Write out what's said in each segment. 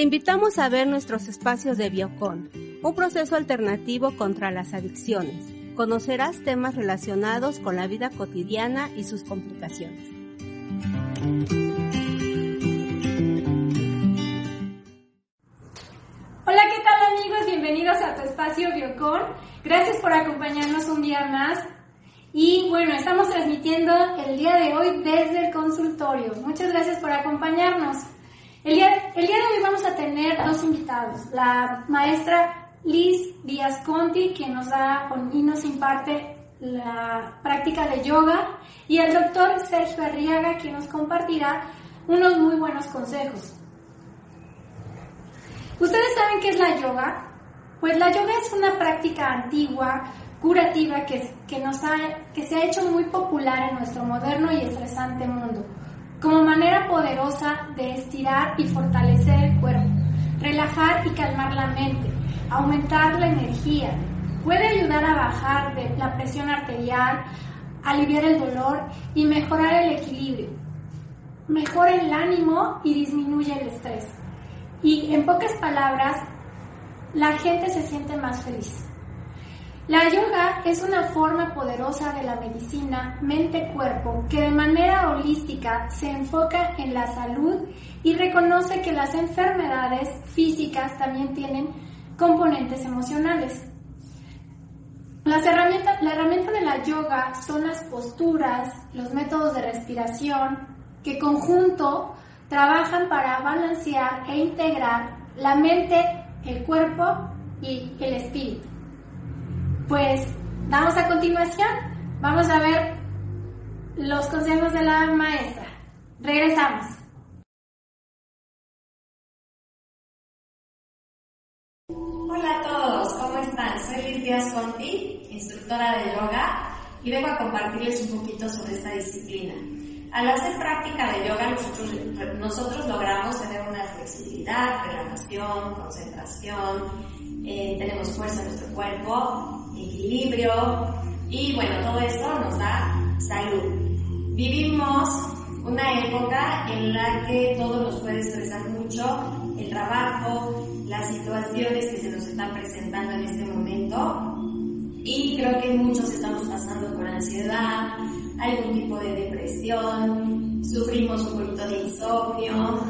Te invitamos a ver nuestros espacios de Biocon, un proceso alternativo contra las adicciones. Conocerás temas relacionados con la vida cotidiana y sus complicaciones. Hola, ¿qué tal amigos? Bienvenidos a tu espacio Biocon. Gracias por acompañarnos un día más. Y bueno, estamos transmitiendo el día de hoy desde el consultorio. Muchas gracias por acompañarnos. El día de hoy vamos a tener dos invitados. La maestra Liz Díaz Conti, quien nos da y nos imparte la práctica de yoga, y el doctor Sergio Arriaga, quien nos compartirá unos muy buenos consejos. ¿Ustedes saben qué es la yoga? Pues la yoga es una práctica antigua, curativa, que se ha hecho muy popular en nuestro moderno y estresante mundo, como manera poderosa de estirar y fortalecer el cuerpo, relajar y calmar la mente, aumentar la energía. Puede ayudar a bajar la presión arterial, aliviar el dolor y mejorar el equilibrio. Mejora el ánimo y disminuye el estrés. Y en pocas palabras, la gente se siente más feliz. La yoga es una forma poderosa de la medicina mente-cuerpo que de manera holística se enfoca en la salud y reconoce que las enfermedades físicas también tienen componentes emocionales. La herramienta de la yoga son las posturas, los métodos de respiración, que conjunto trabajan para balancear e integrar la mente, el cuerpo y el espíritu. Pues vamos a continuación, vamos a ver los consejos de la maestra. Regresamos. Hola a todos, ¿cómo están? Soy Liz Díaz Conti, instructora de yoga, y vengo a compartirles un poquito sobre esta disciplina. Al hacer práctica de yoga, nosotros logramos tener una flexibilidad, relajación, concentración, tenemos fuerza en nuestro cuerpo, equilibrio, y bueno, todo eso nos da salud. Vivimos una época en la que todo nos puede estresar mucho, el trabajo, las situaciones que se nos están presentando en este momento, y creo que muchos estamos pasando por ansiedad, algún tipo de depresión, sufrimos un poquito de insomnio.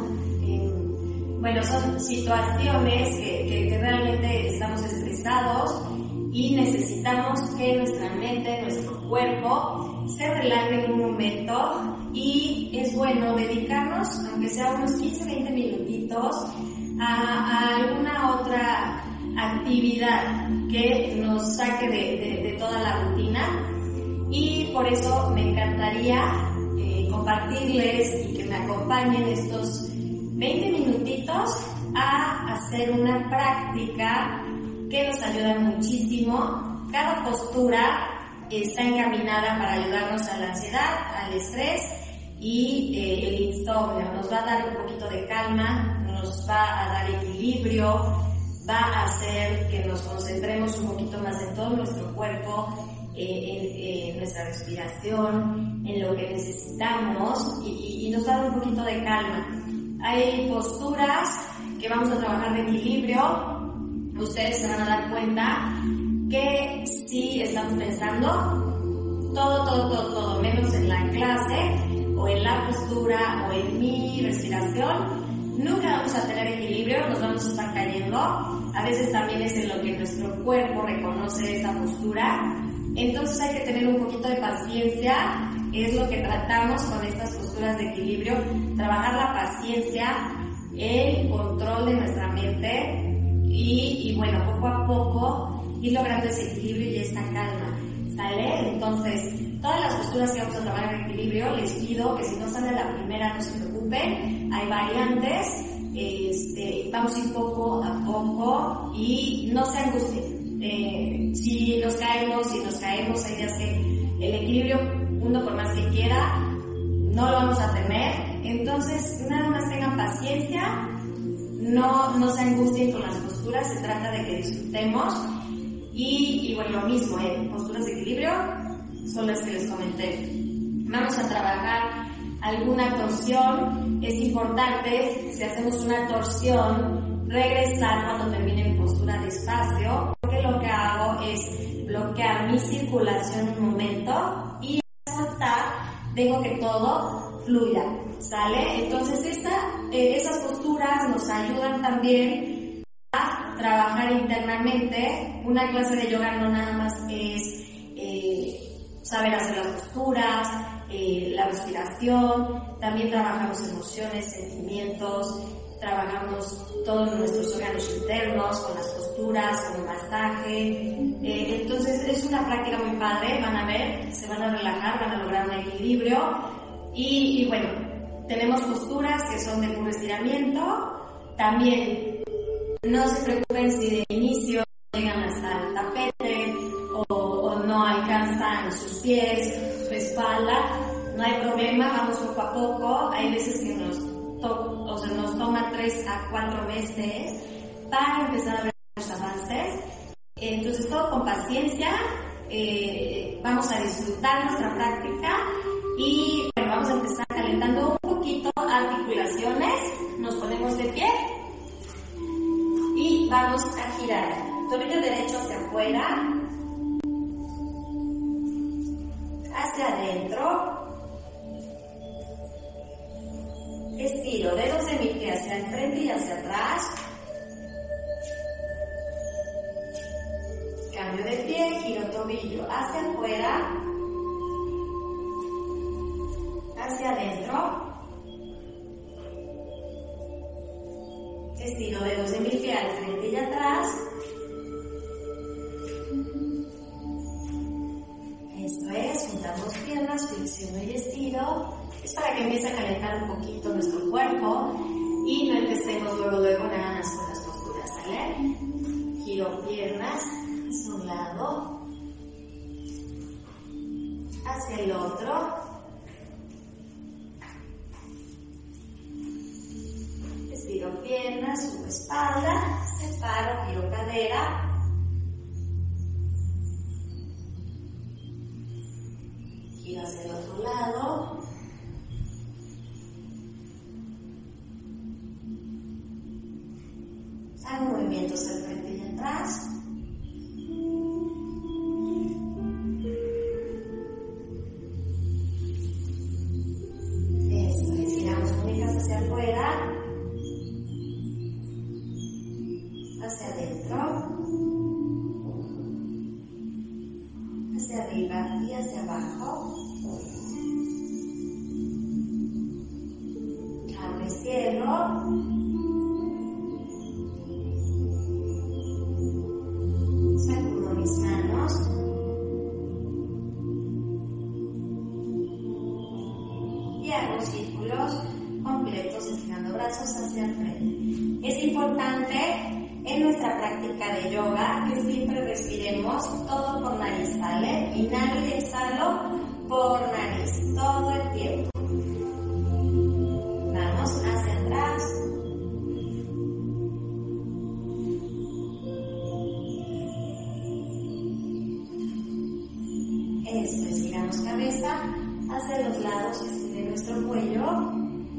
Bueno, son situaciones que realmente estamos estresados y necesitamos que nuestra mente, nuestro cuerpo se relaje en un momento, y es bueno dedicarnos, aunque sea unos 15-20 minutitos, a alguna otra actividad que nos saque de toda la rutina. Y por eso me encantaría compartirles y que me acompañen estos 20 minutitos a hacer una práctica que nos ayuda muchísimo. Cada postura está encaminada para ayudarnos a la ansiedad, al estrés y el insomnio. Nos va a dar un poquito de calma, nos va a dar equilibrio, va a hacer que nos concentremos un poquito más en todo nuestro cuerpo, en nuestra respiración, en lo que necesitamos, y nos da un poquito de calma. Hay posturas que vamos a trabajar de equilibrio. Ustedes se van a dar cuenta que si estamos pensando todo, menos en la clase o en la postura o en mi respiración, nunca vamos a tener equilibrio, nos vamos a estar cayendo. A veces también es en lo que nuestro cuerpo reconoce esta postura. Entonces hay que tener un poquito de paciencia, es lo que tratamos con estas posturas de equilibrio, trabajar la paciencia, el control de nuestra mente y bueno, poco a poco ir logrando ese equilibrio y esta calma, ¿sale? Entonces, todas las posturas que vamos a trabajar en equilibrio, les pido que si no sale la primera no se preocupen, hay variantes, vamos a ir poco a poco y no se angustien. Si nos caemos, hay que hacer el equilibrio, uno por más que quiera, no lo vamos a tener. Entonces, nada más tengan paciencia, no se angustien con las posturas, se trata de que disfrutemos. Y bueno, lo mismo, posturas de equilibrio son las que les comenté. Vamos a trabajar alguna torsión, es importante, si hacemos una torsión, regresar cuando termine mi postura despacio, porque lo que hago es bloquear mi circulación un momento y al soltar dejo que todo fluya, ¿sale? Entonces esas posturas nos ayudan también a trabajar internamente. Una clase de yoga no nada más es saber hacer las posturas, la respiración, también trabajamos emociones, sentimientos, trabajamos todos nuestros órganos internos con las posturas, con el masaje. Entonces es una práctica muy padre, van a ver, se van a relajar, van a lograr un equilibrio y bueno, tenemos posturas que son de puro estiramiento. También no se preocupen si de inicio llegan hasta el tapete o no alcanzan sus pies, su espalda, no hay problema, vamos poco a poco. Hay veces que nos toma 3 a 4 meses para empezar a ver los avances. Entonces todo con paciencia, vamos a disfrutar nuestra práctica y bueno, vamos a empezar calentando un poquito articulaciones, nos ponemos de pie y vamos a girar tobillo derecho hacia afuera, hacia adentro, estiro dedos de mi pie hacia el frente y hacia atrás, cambio de pie, giro tobillo hacia afuera, hacia adentro, estiro dedos de mi pie al frente y atrás, esto es, juntamos piernas, flexiono y estiro, es para que empiece a calentar un poquito nuestro cuerpo y no empecemos luego nada más con las posturas, ¿sale? Giro piernas hacia un lado, hacia el otro, estiro piernas, subo espalda, separo, giro cadera, giro hacia el otro lado, hago movimientos al frente y atrás, eso es, giramos muñecas hacia afuera, hacia adentro, hacia arriba y hacia abajo, abro y cierro, sacudo mis manos, y hago círculos completos estirando brazos hacia el frente. Es importante en nuestra práctica de yoga que siempre respiremos todo por nariz, ¿sale? Inhalo y exhalo por nariz todo el tiempo. Vamos hacia atrás. Eso es, giramos cabeza hacia los lados que estire nuestro cuello.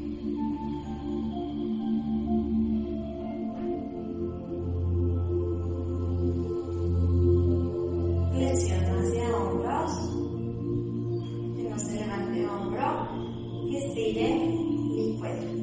Flexiono hacia hombros, que no se levante hombro, que estire mi cuello.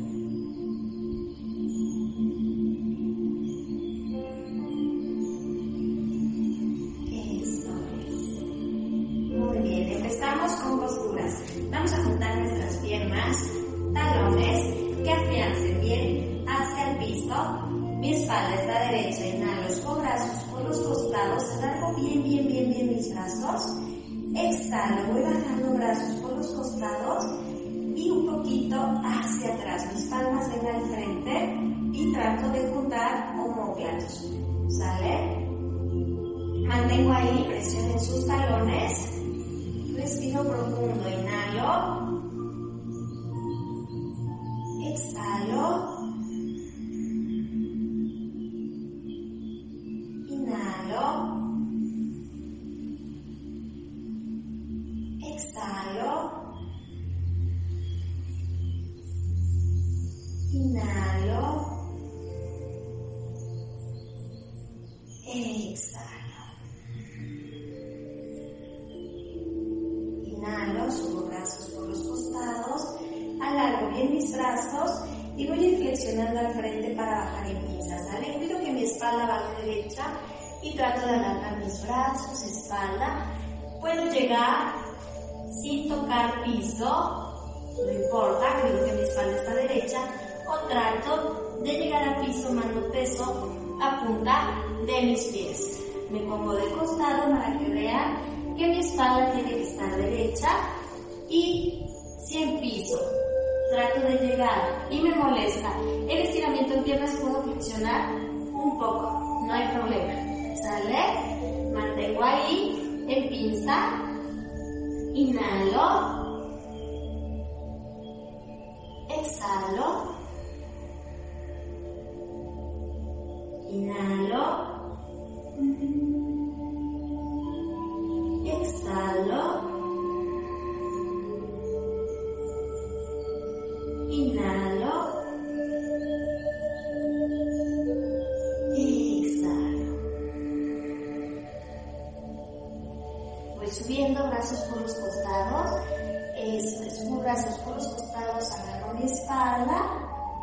Eso es. Muy bien, empezamos con posturas. Vamos a juntar nuestras piernas, talones, que afiancen bien hacia el piso. Mi espalda está derecha, inhalo, los brazos por los costados, alargo bien mis brazos, exhalo, voy bajando brazos por los costados y un poquito hacia atrás, mis palmas ven al frente y trato de juntar omóplatos, ¿sale? Mantengo ahí presión en sus talones, respiro profundo, inhalo, exhalo, exhalo, Inhalo. Exhalo. Inhalo, subo brazos por los costados, alargo bien mis brazos y voy inflexionando al frente para bajar en pinzas. ¿Sale? Cuido que mi espalda baje derecha y trato de alargar mis brazos, espalda. Puedo llegar sin tocar piso, no importa, cuido que mi espalda está derecha, o trato de llegar al piso tomando peso a punta de mis pies. Me pongo de costado para que vean que mi espalda tiene que estar derecha y si en piso trato de llegar y me molesta el estiramiento en piernas, puedo flexionar un poco, no hay problema. ¿Sale? Mantengo ahí en pinza. Inhalo. Exhalo. Inhalo. Exhalo. Inhalo. Exhalo. Voy subiendo brazos por los costados. Eso es, subo brazos por los costados, agarro mi espalda.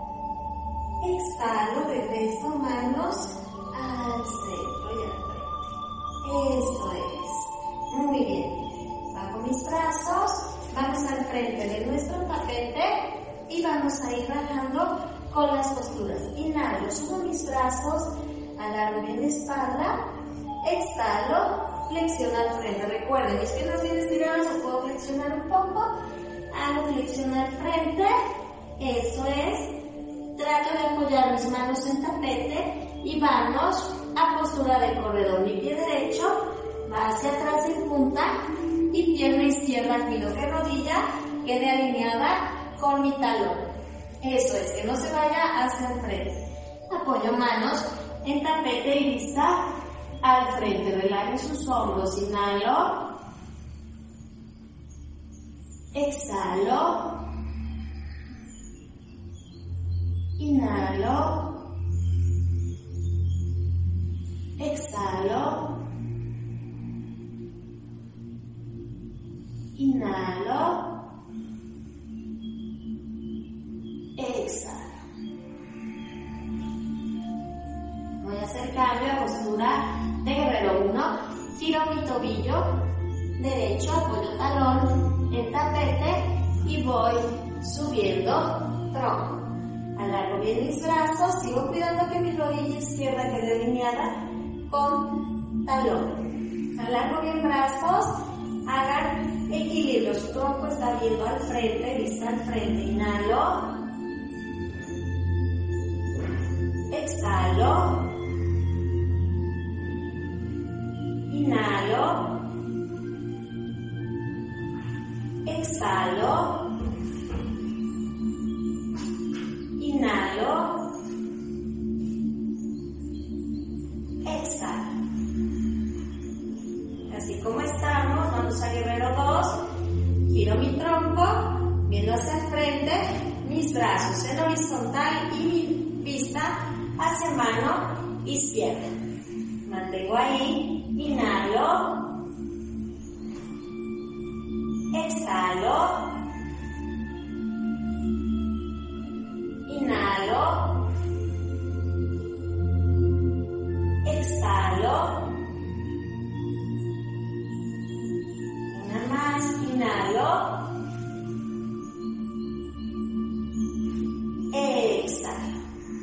Exhalo, regreso manos al centro y al frente. Eso es. Muy bien. Bajo mis brazos, vamos al frente de nuestro tapete y vamos a ir bajando con las posturas. Inhalo, subo mis brazos, alargo bien la espalda. Exhalo, flexiono al frente. Recuerden, mis piernas bien estiradas, o puedo flexionar un poco. Hago flexión al frente. Eso es. Trato de apoyar mis manos en tapete y vamos a postura de corredor. Mi pie derecho va hacia atrás en punta y pierna izquierda, cuido que rodilla quede alineada con mi talón. Eso es, que no se vaya hacia el frente. Apoyo manos en tapete y vista al frente. Relaje sus hombros. Inhalo. Exhalo. Inhalo. Exhalo. Inhalo. Exhalo. Voy a hacer cambio a postura de guerrero 1. Giro mi tobillo derecho, apoyo talón en tapete y voy subiendo tronco. Alargo bien mis brazos, sigo cuidando que mi rodilla izquierda quede alineada con talón. Alargo bien brazos, hagan equilibrio, su tronco está viendo al frente, vista al frente. Inhalo. Exhalo. Inhalo. Exhalo. Inhalo. Exhalo. Así como estamos, vamos a guerrero 2. Giro mi tronco, viendo hacia el frente, mis brazos en horizontal y mi vista hacia mano izquierda. Mantengo ahí. Inhalo. Exhalo. Inhalo. Exhalo. Una más. Inhalo. Exhalo.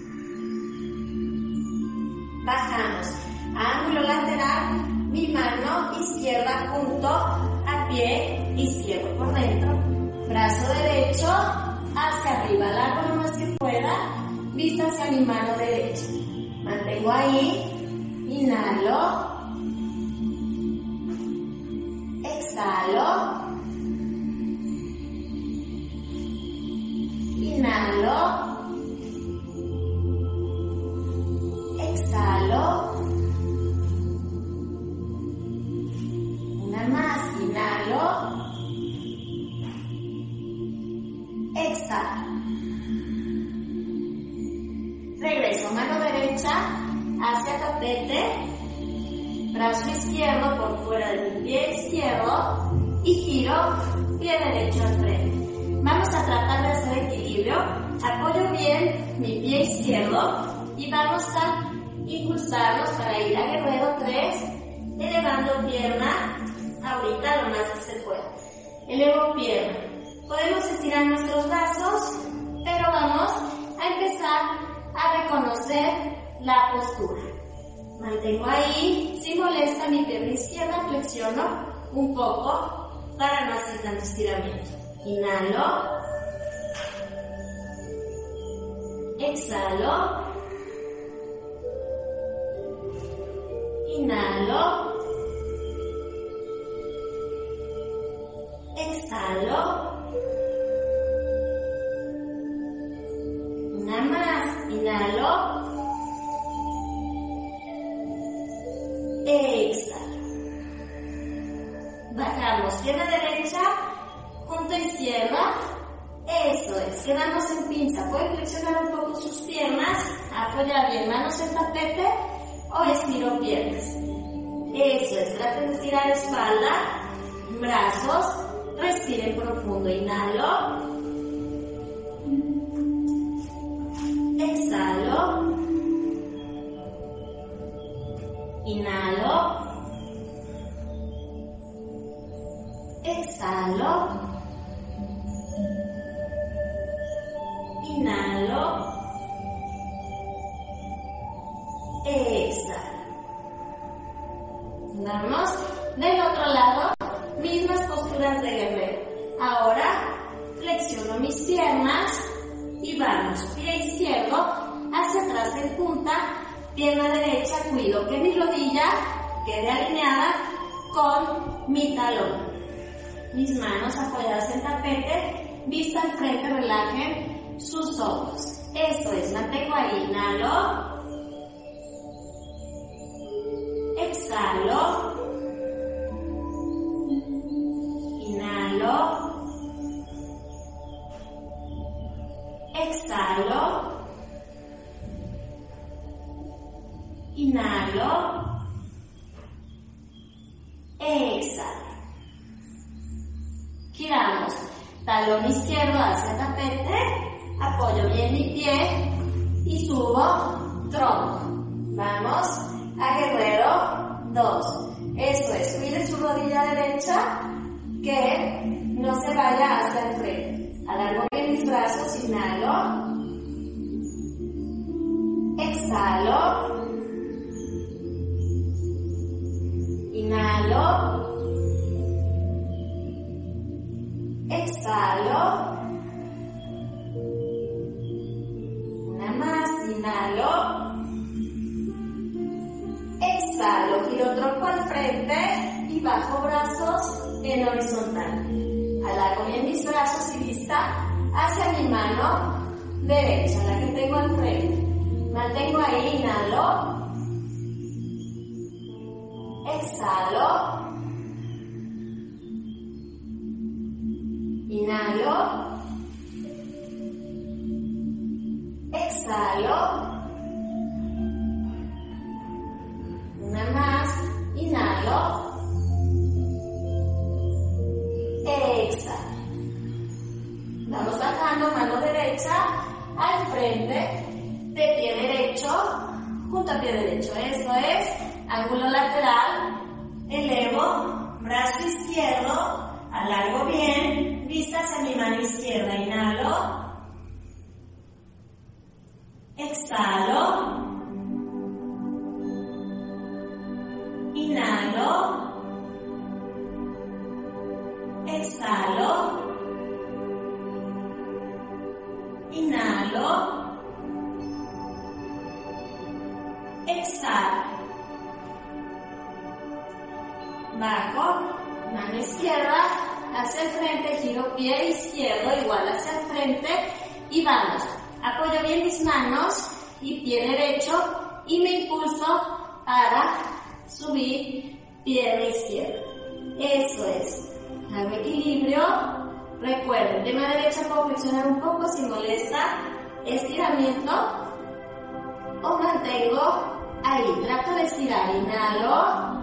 Bajamos. Ángulo lateral. Mi mano izquierda junto a pie izquierdo por dentro. Brazo derecho hacia arriba. Largo lo más que pueda. Vista hacia mi mano derecha. Mantengo ahí. Inhalo. Exhalo. Inhalo. Exhalo. Una más. Inhalo. Exhalo. derecha hacia tapete, brazo izquierdo por fuera de mi pie izquierdo y giro pie derecho al frente. Vamos a tratar de hacer equilibrio. Apoyo bien mi pie izquierdo y vamos a impulsarnos para ir a guerrero 3, elevando pierna, ahorita lo más que se pueda. Elevo pierna. Podemos estirar nuestros brazos, pero vamos a empezar a reconocer la postura. Mantengo ahí, si molesta mi pierna izquierda, flexiono un poco para no hacer tanto estiramiento. Inhalo. Exhalo. Inhalo. Exhalo. Una más. Inhalo. Exhalo. Bajamos pierna derecha, junto izquierda. Eso es. Quedamos en pinza. Pueden flexionar un poco sus piernas, apoyar bien manos en tapete o estiro piernas. Eso es. Traten de estirar espalda, brazos. Respiren profundo. Inhalo. Exhalo. Inhalo. Exhalo. Inhalo. Exhalo. Vamos del otro lado. Mismas posturas de guerrero. Ahora flexiono mis piernas y vamos. Pie izquierdo hacia atrás en punta. Pierna derecha, cuido que mi rodilla quede alineada con mi talón. Mis manos apoyadas en tapete, vista al frente, relajen sus ojos. Eso es, mantengo ahí. Inhalo. Exhalo. Inhalo. Exhalo. Inhalo. Exhalo. Giramos. Talón izquierdo hacia tapete. Apoyo bien mi pie. Y subo. Tronco. Vamos a guerrero 2. Eso es. Cuide su rodilla derecha. Que no se vaya hacia el frente. Alargo bien mis brazos. Inhalo. Exhalo. Inhalo. Exhalo. Una más. Inhalo. Exhalo. Giro tronco al frente y bajo brazos en horizontal. Alargo bien mis brazos y vista hacia mi mano derecha, la que tengo al frente. Mantengo ahí. Inhalo. Exhalo. Inhalo. Exhalo. Una más. Inhalo. Exhalo. Vamos bajando, mano derecha al frente, de pie derecho, junto a pie derecho. Eso es. Ángulo lateral. Elevo. Brazo izquierdo. Alargo bien. Vista hacia mi mano izquierda. Inhalo. Exhalo. Inhalo. Exhalo. Inhalo. Exhalo. Bajo, mano izquierda hacia el frente, giro pie izquierdo igual hacia el frente y vamos. Apoyo bien mis manos y pie derecho y me impulso para subir pierna izquierda. Eso es. Hago equilibrio. Recuerden, pierna derecha puedo flexionar un poco si molesta. Estiramiento o mantengo ahí. Trato de estirar. Inhalo.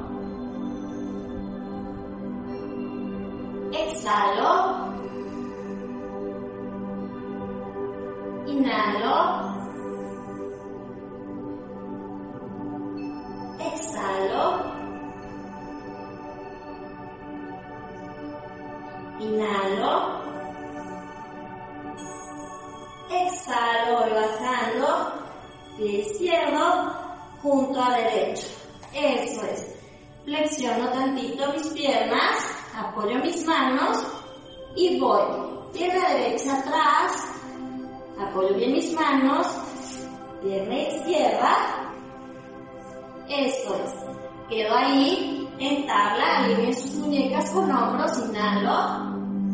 Exhalo. Inhalo. Exhalo. Inhalo. Exhalo. Voy bajando. Pie izquierdo junto a derecho. Eso es. Flexiono tantito mis piernas. Apoyo mis manos. Y voy. Pierna derecha atrás. Apoyo bien mis manos. Pierna izquierda. Eso es. Quedo ahí en tabla. Alineen sus muñecas con hombros. Inhalo.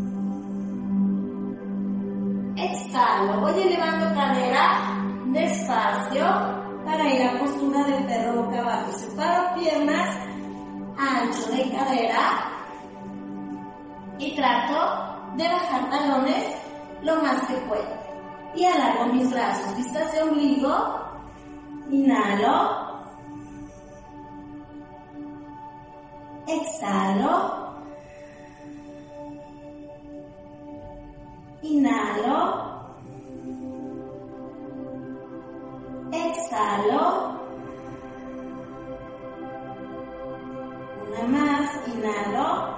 Exhalo. Voy elevando cadera despacio para ir a postura de perro boca abajo. Separo piernas, ancho de cadera y trato de bajar talones lo más que puedo. Y alargo mis brazos, vista hacia ombligo. Inhalo. Exhalo. Inhalo. Exhalo. Una más. Inhalo.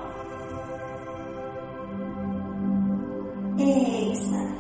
Exhalo.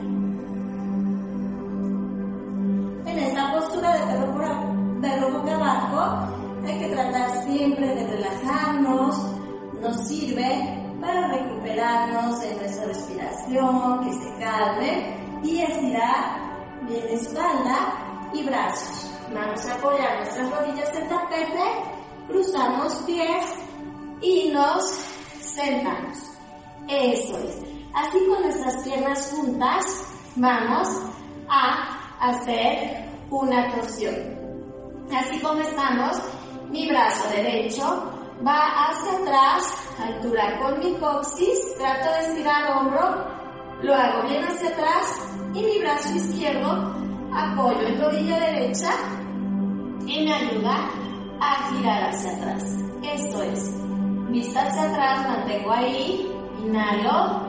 En esta postura de perro boca abajo hay que tratar siempre de relajarnos. Nos sirve para recuperarnos de nuestra respiración, que se calme y estirar bien espalda y brazos. Vamos a apoyar nuestras rodillas en tapete, cruzamos pies y nos sentamos. Eso es. Así con nuestras piernas juntas vamos a hacer una torsión. Así como estamos, mi brazo derecho va hacia atrás, altura con mi coxis, trato de estirar hombro, lo hago bien hacia atrás y mi brazo izquierdo apoyo en rodilla derecha y me ayuda a girar hacia atrás. Esto es, vista hacia atrás, mantengo ahí, inhalo,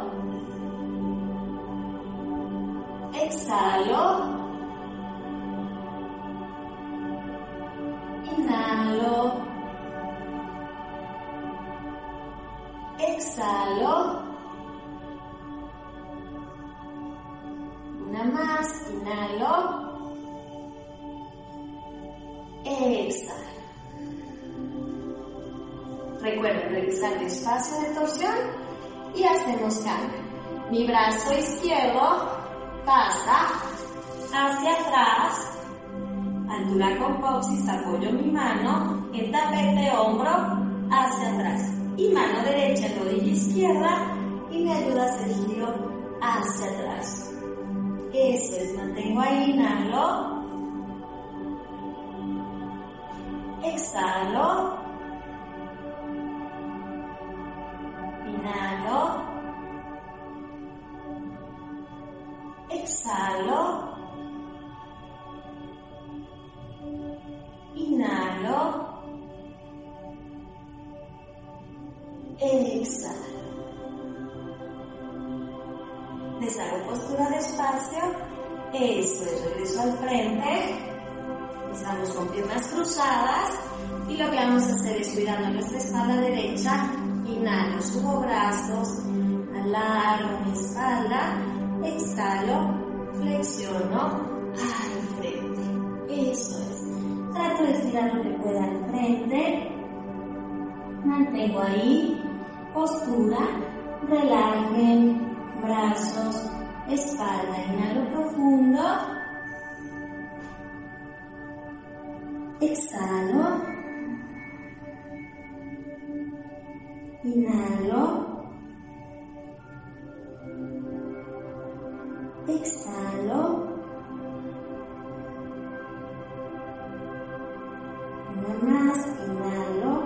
exhalo, inhalo, exhalo, una más, inhalo, exhalo. Recuerden revisar el espacio de torsión y hacemos cambio. Mi brazo izquierdo pasa hacia atrás, altura con coxis, apoyo mi mano, en tapete, hombro hacia atrás. Y mano derecha en rodilla izquierda y me ayuda a hacer giro hacia atrás. Eso es, mantengo ahí, inhalo, exhalo, inhalo, exhalo, inhalo, exhalo. Deshago postura despacio. Eso es, regreso al frente. Estamos con piernas cruzadas. Y lo que vamos a hacer es cuidando nuestra espalda derecha. Inhalo, subo brazos, alargo mi espalda. Exhalo, flexiono al frente. Eso es. Trato de estirar lo que pueda al frente. Mantengo ahí postura. Relajen brazos, espalda. Inhalo profundo. Exhalo. Inhalo. Exhalo. Una más. Inhalo.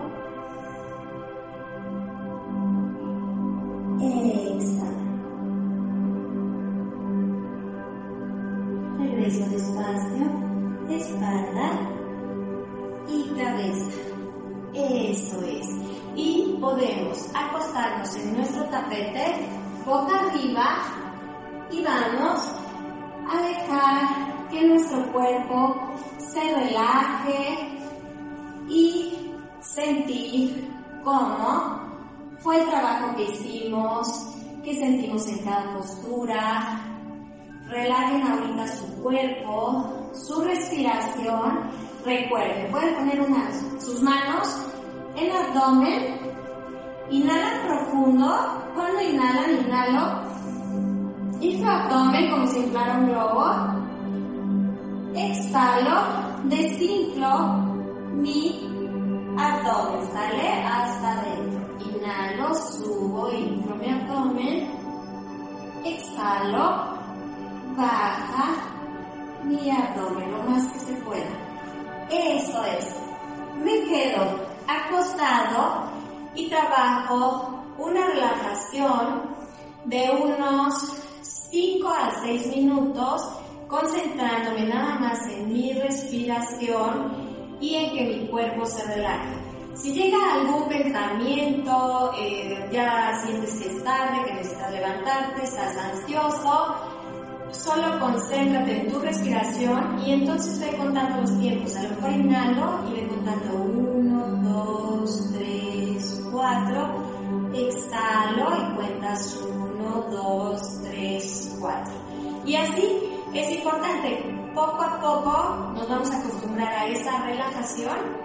Exhalo. Regreso despacio. espalda y cabeza. Eso es. Y podemos acostarnos en nuestro tapete, boca arriba, y vamos a dejar que nuestro cuerpo se relaje y sentir cómo fue el trabajo que hicimos, qué sentimos en cada postura. Relajen ahorita su cuerpo, su respiración. Recuerden, pueden poner sus manos en el abdomen. Inhalan profundo. Cuando inhalan, inhalo. Inflo abdomen como si inflara un globo. Exhalo, desinflo mi abdomen, ¿sale? Hasta adentro. Inhalo, subo, inflo mi abdomen. Exhalo, baja mi abdomen lo más que se pueda. Eso es. Me quedo acostado y trabajo una relajación de unos 5 a 6 minutos, concentrándome nada más en mi respiración y en que mi cuerpo se relaje. Si llega algún pensamiento, ya sientes que es tarde, que necesitas levantarte, estás ansioso, solo concéntrate en tu respiración y entonces ve contando los tiempos. A lo mejor inhalo y ve contando 1, 2, 3, 4. Exhalo y cuentas 1, 2, 3, 4. Y así es importante. Poco a poco nos vamos a acostumbrar a esa relajación.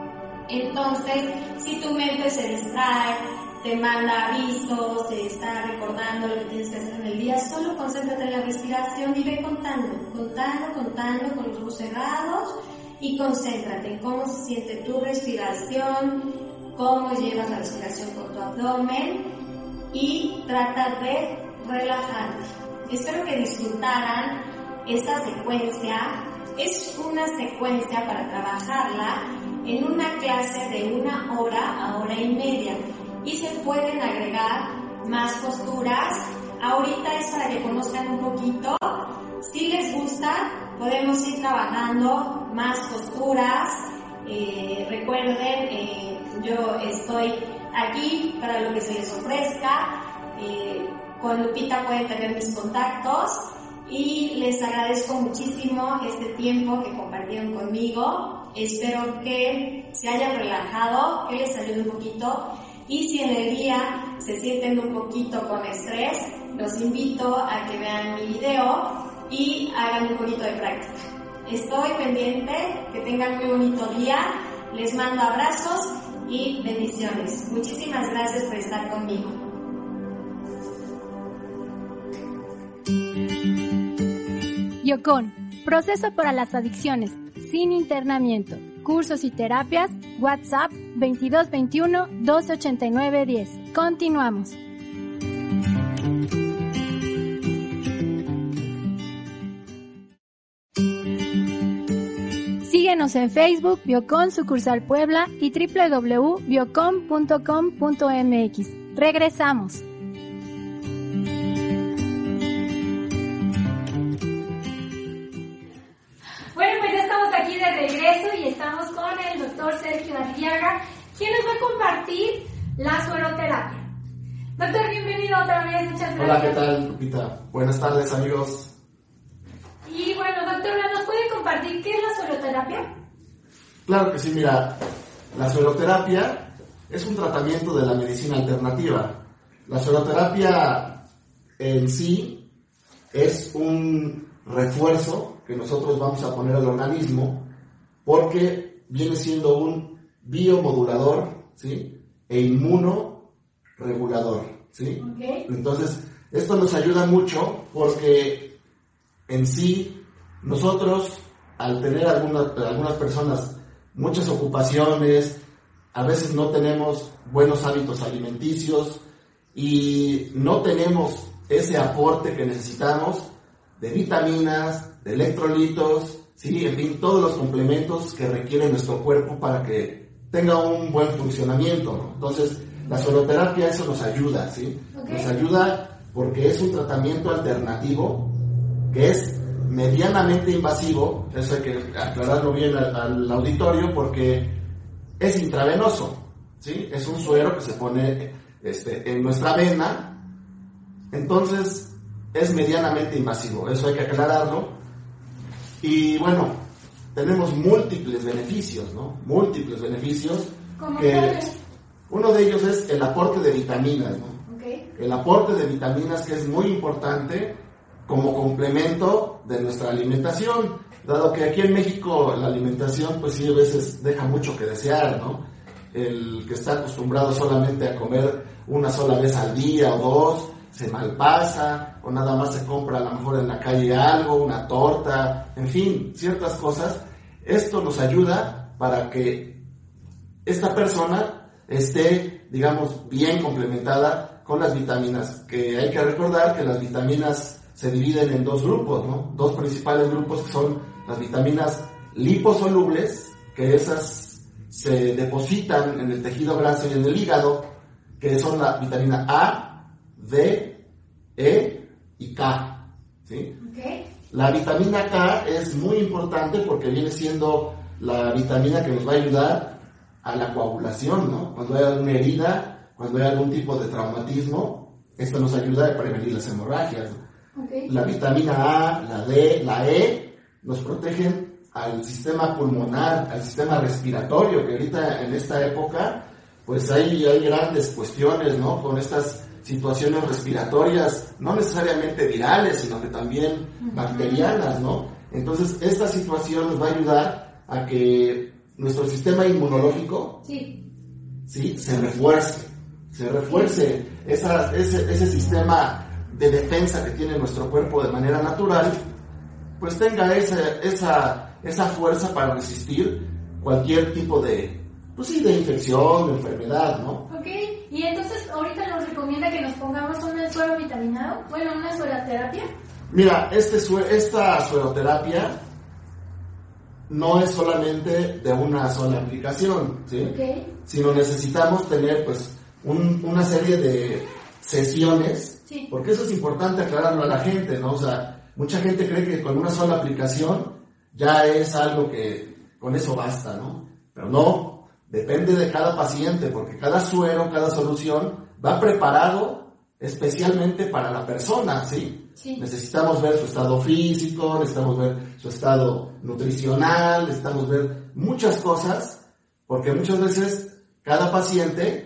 Entonces, si tu mente se distrae, te manda avisos, te está recordando lo que tienes que hacer en el día, solo concéntrate en la respiración y ve contando con los ojos cerrados y concéntrate en cómo se siente tu respiración, cómo llevas la respiración con tu abdomen y trata de relajarte. Espero que disfrutaran esta secuencia. Es una secuencia para trabajarla en una clase de 1 hora a 1 hora y media. Y se pueden agregar más posturas. Ahorita es para que conozcan un poquito. Si les gusta, podemos ir trabajando más posturas. Recuerden, yo estoy aquí para lo que se les ofrezca. Con Lupita pueden tener mis contactos. Y les agradezco muchísimo este tiempo que compartieron conmigo. Espero que se hayan relajado, que les ayude un poquito. Y si en el día se sienten un poquito con estrés, los invito a que vean mi video y hagan un poquito de práctica. Estoy pendiente, que tengan muy bonito día. Les mando abrazos y bendiciones. Muchísimas gracias por estar conmigo. Biocon, proceso para las adicciones, sin internamiento. Cursos y terapias, WhatsApp 2221-1289-10. Continuamos. Síguenos en Facebook, Biocon Sucursal Puebla y www.biocon.com.mx. Regresamos. Aquí de regreso y estamos con el doctor Sergio Arriaga, quien nos va a compartir la sueroterapia. Doctor, bienvenido otra vez, muchas gracias. Hola, ¿qué tal, Lupita? Buenas tardes, amigos. Y bueno, doctora, ¿nos puede compartir qué es la sueroterapia? Claro que sí, mira, la sueroterapia es un tratamiento de la medicina alternativa. La sueroterapia en sí es un refuerzo que nosotros vamos a poner al organismo porque viene siendo un biomodulador, ¿sí? E inmunoregulador, ¿sí? Okay. Entonces, esto nos ayuda mucho porque en sí nosotros, al tener algunas personas muchas ocupaciones, a veces no tenemos buenos hábitos alimenticios y no tenemos ese aporte que necesitamos de vitaminas, de electrolitos, sí, en fin, todos los complementos que requiere nuestro cuerpo para que tenga un buen funcionamiento, ¿no? Entonces, la sueroterapia eso nos ayuda, ¿sí? Okay. Nos ayuda porque es un tratamiento alternativo que es medianamente invasivo, eso hay que aclararlo bien al auditorio, porque es intravenoso, ¿sí? Es un suero que se pone en nuestra vena, entonces es medianamente invasivo, eso hay que aclararlo. Y bueno, tenemos múltiples beneficios, ¿no? Múltiples beneficios. ¿Cómo que cuáles? uno de ellos es el aporte de vitaminas, ¿no? Okay. El aporte de vitaminas, que es muy importante como complemento de nuestra alimentación, dado que aquí en México la alimentación pues sí a veces deja mucho que desear, ¿no? El que está acostumbrado solamente a comer una sola vez al día o dos, se malpasa, o nada más se compra a lo mejor en la calle algo, una torta, en fin, ciertas cosas. Esto nos ayuda para que esta persona esté, digamos, bien complementada con las vitaminas, que hay que recordar que las vitaminas se dividen en dos grupos, ¿no? Dos principales grupos, que son las vitaminas liposolubles, que esas se depositan en el tejido graso y en el hígado, que son la vitamina A, D, E y K, ¿sí? Okay. La vitamina K es muy importante porque viene siendo la vitamina que nos va a ayudar a la coagulación, ¿no? Cuando hay alguna herida, cuando hay algún tipo de traumatismo, esto nos ayuda a prevenir las hemorragias, ¿no? Okay. La vitamina A, la D, la E nos protegen al sistema pulmonar, al sistema respiratorio, que ahorita en esta época pues hay grandes cuestiones, ¿no? Con estas situaciones respiratorias, no necesariamente virales, sino que también bacterianas, ¿no? Entonces esta situación nos va a ayudar a que nuestro sistema inmunológico Sí. se refuerce ese sistema de defensa que tiene nuestro cuerpo de manera natural, pues tenga esa fuerza para resistir cualquier tipo de infección, de enfermedad, ¿no? Ok, y entonces ahorita nos recomienda que nos pongamos un suero vitaminado, bueno, una sueroterapia. Mira, esta sueroterapia no es solamente de una sola aplicación, ¿sí? Okay. Sino necesitamos tener pues una serie de sesiones, Sí. porque eso es importante aclararlo a la gente, ¿no? O sea, mucha gente cree que con una sola aplicación ya es algo que con eso basta, ¿no? Pero no, depende de cada paciente, porque cada suero, cada solución va preparado especialmente para la persona, ¿sí? Sí. Necesitamos ver su estado físico, necesitamos ver su estado nutricional, necesitamos ver muchas cosas, porque muchas veces cada paciente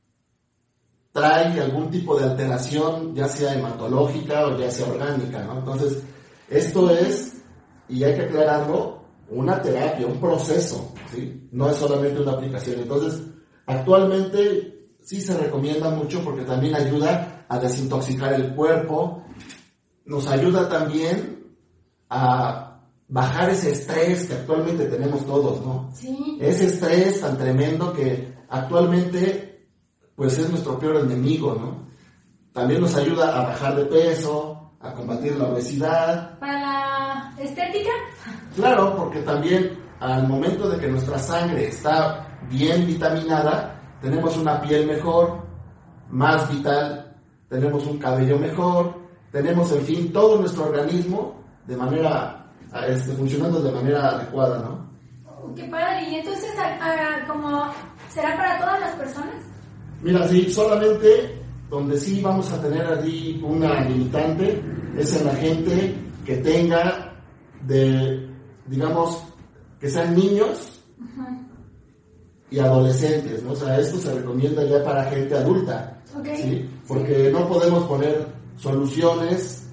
trae algún tipo de alteración, ya sea hematológica o ya sea orgánica, ¿no? Entonces, esto es, y hay que aclararlo, una terapia, un proceso, ¿sí? No es solamente una aplicación. Entonces, actualmente sí se recomienda mucho porque también ayuda a desintoxicar el cuerpo, nos ayuda también a bajar ese estrés que actualmente tenemos todos, ¿no? Sí. Ese estrés tan tremendo que actualmente pues es nuestro peor enemigo, ¿no? También nos ayuda a bajar de peso, a combatir la obesidad. ¿Para la estética? Claro, porque también al momento de que nuestra sangre está bien vitaminada, tenemos una piel mejor, más vital, tenemos un cabello mejor, tenemos, en fin, todo nuestro organismo de manera, funcionando de manera adecuada, ¿no? Qué padre, y entonces, como, ¿será para todas las personas? Mira, sí, solamente donde sí vamos a tener allí una limitante es en la gente que tenga digamos, que sean niños y adolescentes, ¿no? O sea, esto se recomienda ya para gente adulta, Okay. ¿sí? Porque no podemos poner soluciones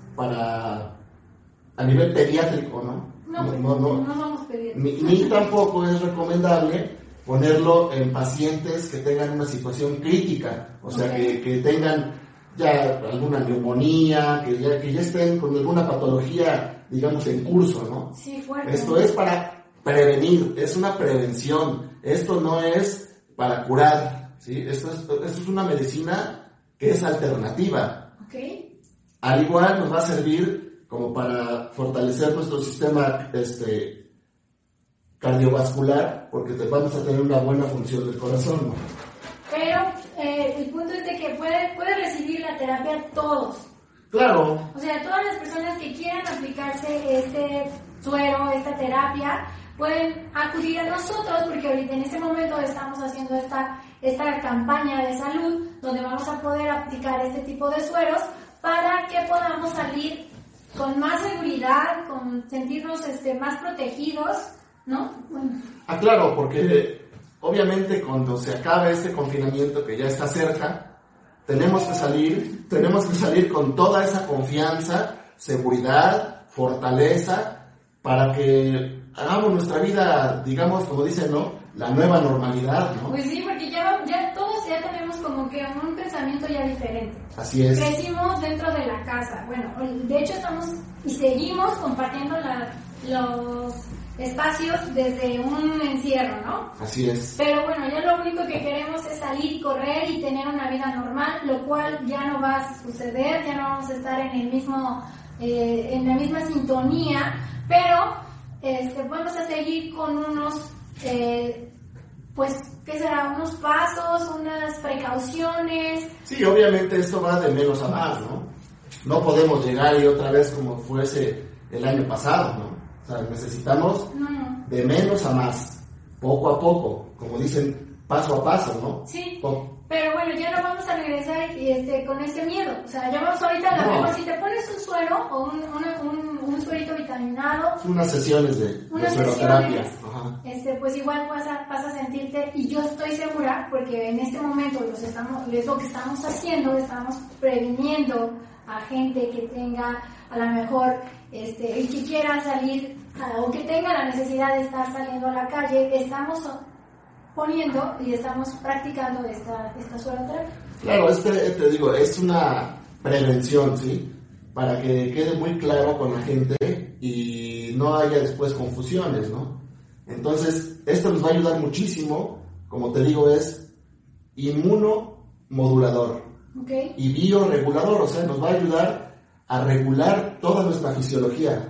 a nivel pediátrico, ¿no? No vamos a pedir. Ni tampoco es recomendable ponerlo en pacientes que tengan una situación crítica, o sea, Okay. que tengan ya alguna neumonía, que ya estén con alguna patología, digamos, en curso, ¿no? Sí, fuerte. Esto es para prevenir, es una prevención, esto no es para curar, ¿sí? Esto es una medicina que es alternativa. Okay. Al igual nos va a servir como para fortalecer nuestro sistema cardiovascular, porque vamos a tener una buena función del corazón, ¿no? Pero el punto es de que puede recibir la terapia todos. Claro. O sea, todas las personas que quieran aplicarse este suero, esta terapia, pueden acudir a nosotros, porque ahorita en ese momento estamos haciendo esta campaña de salud, donde vamos a poder aplicar este tipo de sueros para que podamos salir con más seguridad, con sentirnos más protegidos, ¿no? Bueno. Claro, porque obviamente cuando se acabe este confinamiento que ya está cerca, tenemos que salir con toda esa confianza, seguridad, fortaleza, para que hagamos nuestra vida, digamos, como dicen, ¿no? La nueva normalidad, ¿no? Pues sí, porque ya todos ya tenemos como que un pensamiento ya diferente. Así es. Crecimos dentro de la casa. Bueno, de hecho estamos y seguimos compartiendo los espacios desde un encierro, ¿no? Así es. Pero bueno, ya lo único que queremos es salir y correr y tener una vida normal, lo cual ya no va a suceder, ya no vamos a estar en la misma sintonía, pero vamos a seguir con unos, pues, ¿qué será? Unos pasos, unas precauciones. Sí, obviamente esto va de menos a más, ¿no? No podemos llegar y otra vez como fuese el año pasado, ¿no? O sea, necesitamos de menos a más, poco a poco, como dicen, paso a paso, ¿no? Sí, pero bueno, ya no vamos a regresar con este miedo. O sea, ya vamos ahorita, a lo mejor si te pones un suero o un suerito vitaminado, unas sesiones de sueroterapia, pues igual vas a sentirte, y yo estoy segura, porque en este momento es lo que estamos haciendo, estamos previniendo a gente que tenga a lo mejor y que quiera salir o que tenga la necesidad de estar saliendo a la calle. Estamos poniendo y estamos practicando esta sueroterapia. Claro, te digo, es una prevención, ¿sí? Para que quede muy claro con la gente y no haya después confusiones, ¿no? Entonces, esto nos va a ayudar muchísimo, como te digo, es inmunomodulador, okay, y bioregulador, o sea, nos va a ayudar a regular toda nuestra fisiología,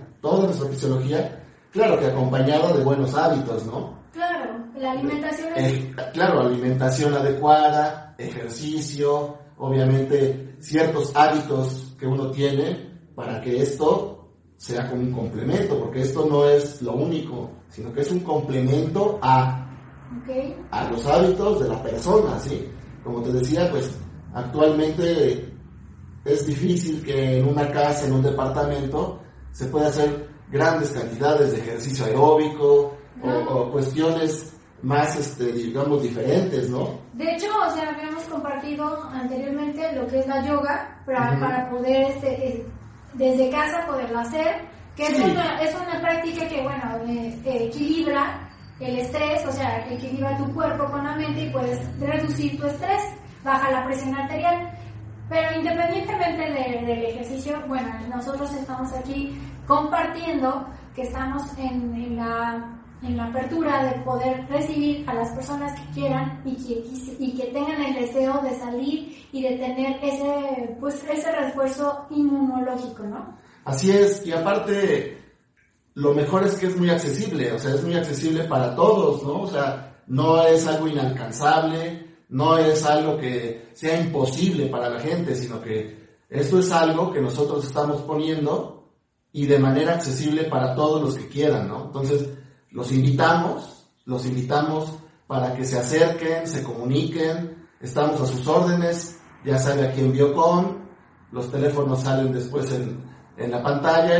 claro que acompañado de buenos hábitos, ¿no? Claro, la alimentación claro, alimentación adecuada, ejercicio, obviamente ciertos hábitos que uno tiene para que esto sea como un complemento, porque esto no es lo único, sino que es un complemento a los hábitos de la persona, ¿sí? Como te decía, pues actualmente es difícil que en una casa, en un departamento, se pueda hacer grandes cantidades de ejercicio aeróbico o cuestiones más, digamos, diferentes, ¿no? De hecho, o sea, habíamos compartido anteriormente lo que es la yoga para poder, desde casa, poderlo hacer, que sí, es una práctica que, bueno, equilibra el estrés, o sea, equilibra tu cuerpo con la mente y puedes reducir tu estrés, baja la presión arterial. Pero independientemente del ejercicio, bueno, nosotros estamos aquí compartiendo que estamos en la apertura de poder recibir a las personas que quieran y que tengan el deseo de salir y de tener ese refuerzo inmunológico, ¿no? Así es, y aparte lo mejor es que es muy accesible, o sea, es muy accesible para todos, ¿no? O sea, no es algo inalcanzable, no es algo que sea imposible para la gente, sino que esto es algo que nosotros estamos poniendo y de manera accesible para todos los que quieran, ¿no? Entonces, los invitamos para que se acerquen, se comuniquen, estamos a sus órdenes, ya sabe, aquí en Biocon, los teléfonos salen después en la pantalla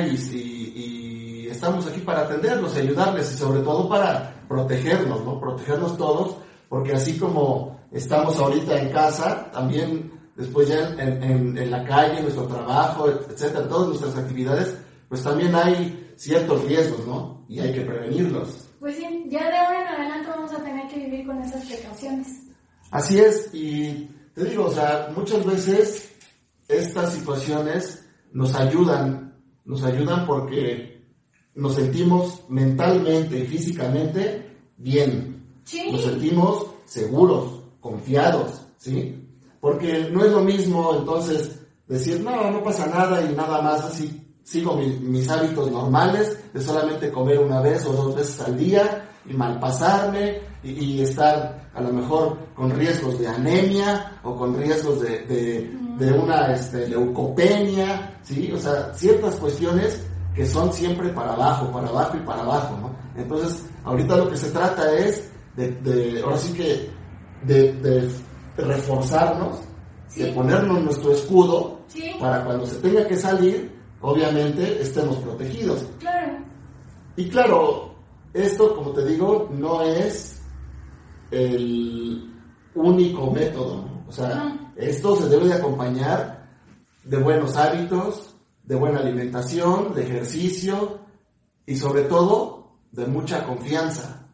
y estamos aquí para atenderlos, ayudarles y sobre todo para protegernos, ¿no? Protegernos todos, porque así como estamos ahorita en casa, también después ya en la calle, en nuestro trabajo, etcétera, todas nuestras actividades, pues también hay ciertos riesgos, ¿no? Y hay que prevenirlos. Pues sí, ya de ahora en adelante vamos a tener que vivir con esas precauciones. Así es, y te digo, o sea, muchas veces estas situaciones nos ayudan porque nos sentimos mentalmente y físicamente bien. Sí. Nos sentimos seguros, confiados, ¿sí? Porque no es lo mismo entonces decir, no pasa nada y nada más así sigo mis hábitos normales de solamente comer una vez o 2 veces al día y malpasarme y estar a lo mejor con riesgos de anemia o con riesgos de de una leucopenia, ¿sí? O sea, ciertas cuestiones que son siempre para abajo y para abajo, ¿no? Entonces, ahorita lo que se trata es ahora sí que de reforzarnos, de ponernos nuestro escudo, para cuando se tenga que salir, obviamente estemos protegidos. Claro. Y claro, esto, como te digo, no es el único método, ¿no? O sea, esto se debe de acompañar de buenos hábitos, de buena alimentación, de ejercicio y sobre todo de mucha confianza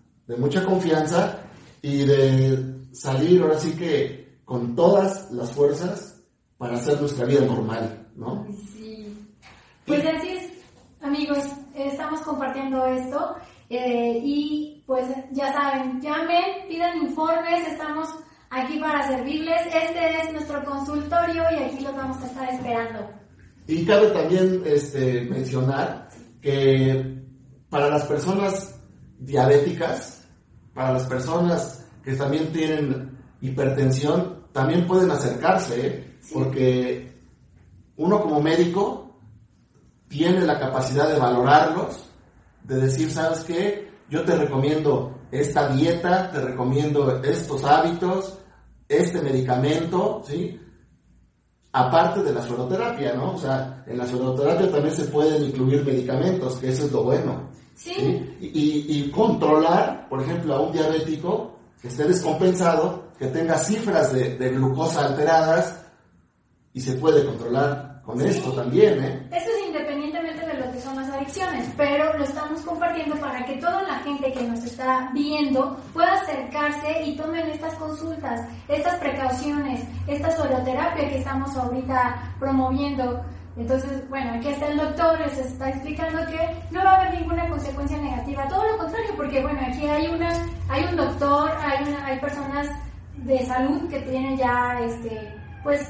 y de salir ahora sí que con todas las fuerzas para hacer nuestra vida normal, ¿no? Sí. Pues así es, amigos, estamos compartiendo esto y pues ya saben, llamen, pidan informes, estamos aquí para servirles. Este es nuestro consultorio y aquí los vamos a estar esperando. Y cabe también mencionar que para las personas diabéticas, para las personas que también tienen hipertensión, también pueden acercarse, porque uno como médico tiene la capacidad de valorarlos, de decir, ¿sabes qué? Yo te recomiendo esta dieta, te recomiendo estos hábitos, este medicamento, ¿sí? Aparte de la sueroterapia, ¿no? O sea, en la sueroterapia también se pueden incluir medicamentos, que eso es lo bueno. Sí. ¿Sí? Y controlar, por ejemplo, a un diabético que esté descompensado, que tenga cifras de glucosa alteradas, y se puede controlar con esto también, ¿eh? Eso es independientemente de lo que son las adicciones, pero lo estamos compartiendo para que toda la gente que nos está viendo pueda acercarse y tomen estas consultas, estas precauciones, esta sueroterapia que estamos ahorita promoviendo. Entonces, bueno, aquí está el doctor, les está explicando que no va a haber ninguna consecuencia negativa, todo lo contrario, porque bueno, aquí hay un doctor, hay personas de salud que tienen ya pues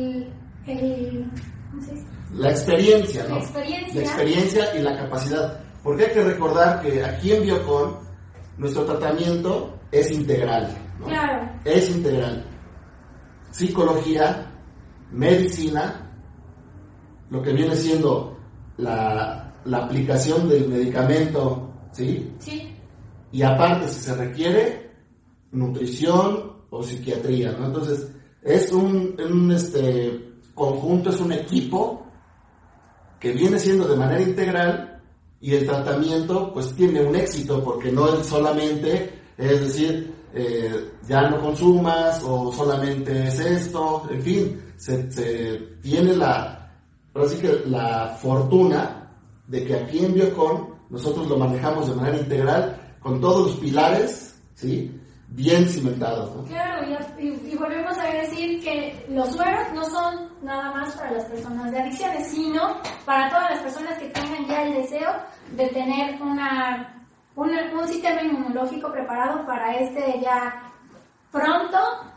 ¿cómo se dice? La experiencia, ¿no? La experiencia. La experiencia y la capacidad. Porque hay que recordar que aquí en Biocon nuestro tratamiento es integral, ¿no? Claro. Es integral. Psicología, medicina, lo que viene siendo la aplicación del medicamento, ¿sí? Sí. Y aparte, si se requiere, nutrición o psiquiatría, ¿no? Entonces, es un conjunto, es un equipo que viene siendo de manera integral, y el tratamiento pues tiene un éxito, porque no es solamente, es decir, ya no consumas o solamente es esto, en fin, se tiene ahora sí que la fortuna de que aquí en Biocon nosotros lo manejamos de manera integral, con todos los pilares, ¿sí?, bien cimentados, ¿no? Claro, y volvemos a decir que los sueros no son nada más para las personas de adicciones, sino para todas las personas que tengan ya el deseo de tener un sistema inmunológico preparado para ya pronto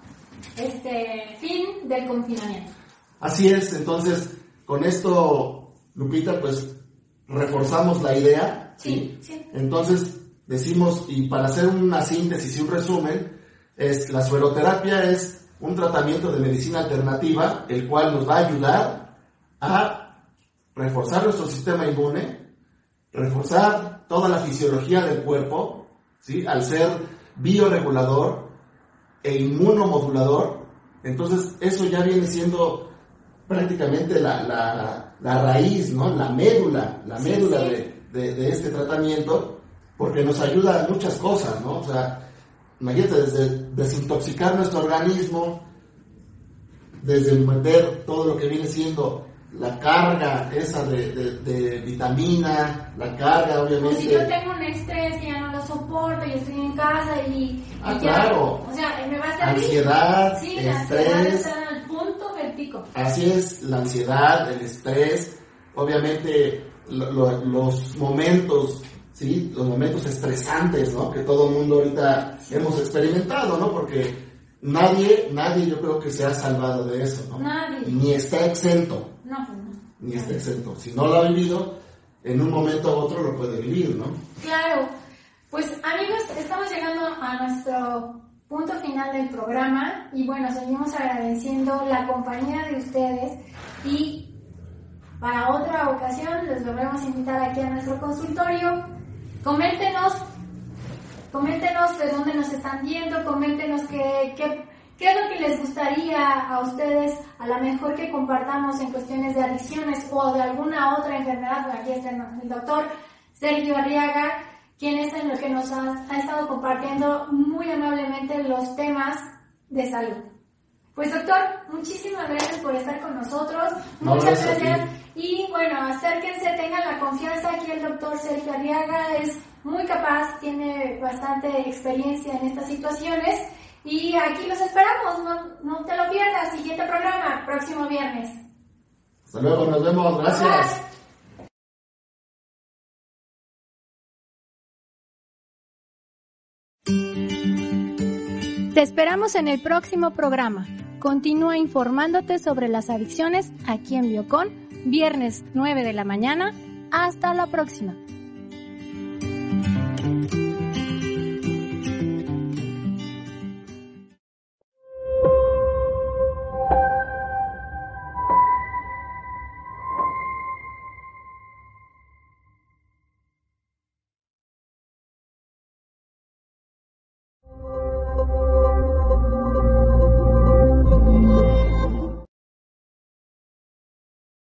fin del confinamiento. Así es. Entonces, con esto, Lupita, pues reforzamos la idea, ¿sí? Sí. Entonces decimos, y para hacer una síntesis y un resumen, la sueroterapia es un tratamiento de medicina alternativa, el cual nos va a ayudar a reforzar nuestro sistema inmune, reforzar toda la fisiología del cuerpo, ¿sí?, al ser bioregulador e inmunomodulador. Entonces eso ya viene siendo prácticamente la raíz, ¿no?, la médula de este tratamiento, porque nos ayuda a muchas cosas, ¿no? O sea, imagínate, desde desintoxicar nuestro organismo, desde meter todo lo que viene siendo la carga esa de vitamina, la carga, obviamente. Pues si yo tengo un estrés y ya no lo soporto, yo estoy en casa y ya, claro. O sea, me va a servir. Ansiedad, sí, estrés. La ansiedad está al punto del pico. Así es, la ansiedad, el estrés, obviamente los momentos, ¿sí?, los momentos estresantes, ¿no?, que todo el mundo ahorita hemos experimentado, ¿no? Porque nadie yo creo que se ha salvado de eso, ¿no? Nadie. Ni está exento. No, pues no. Ni está exento. Si no lo ha vivido, en un momento u otro lo puede vivir, ¿no? Claro. Pues amigos, estamos llegando a nuestro punto final del programa y bueno, seguimos agradeciendo la compañía de ustedes y para otra ocasión les volvemos a invitar aquí a nuestro consultorio. Coméntenos de dónde nos están viendo, coméntenos qué es lo que les gustaría a ustedes, a lo mejor que compartamos en cuestiones de adicciones o de alguna otra enfermedad. Aquí está el doctor Sergio Arriaga, quien es el que nos ha estado compartiendo muy amablemente los temas de salud. Pues doctor, muchísimas gracias por estar con nosotros. Muchas gracias. Y bueno, acérquense, tengan la confianza. Aquí el doctor Sergio Arriaga es muy capaz, tiene bastante experiencia en estas situaciones. Y aquí los esperamos, no te lo pierdas. Siguiente programa, próximo viernes. Hasta luego, nos vemos. Gracias. Bye. Te esperamos en el próximo programa. Continúa informándote sobre las adicciones aquí en Biocon, viernes 9 de la mañana. Hasta la próxima.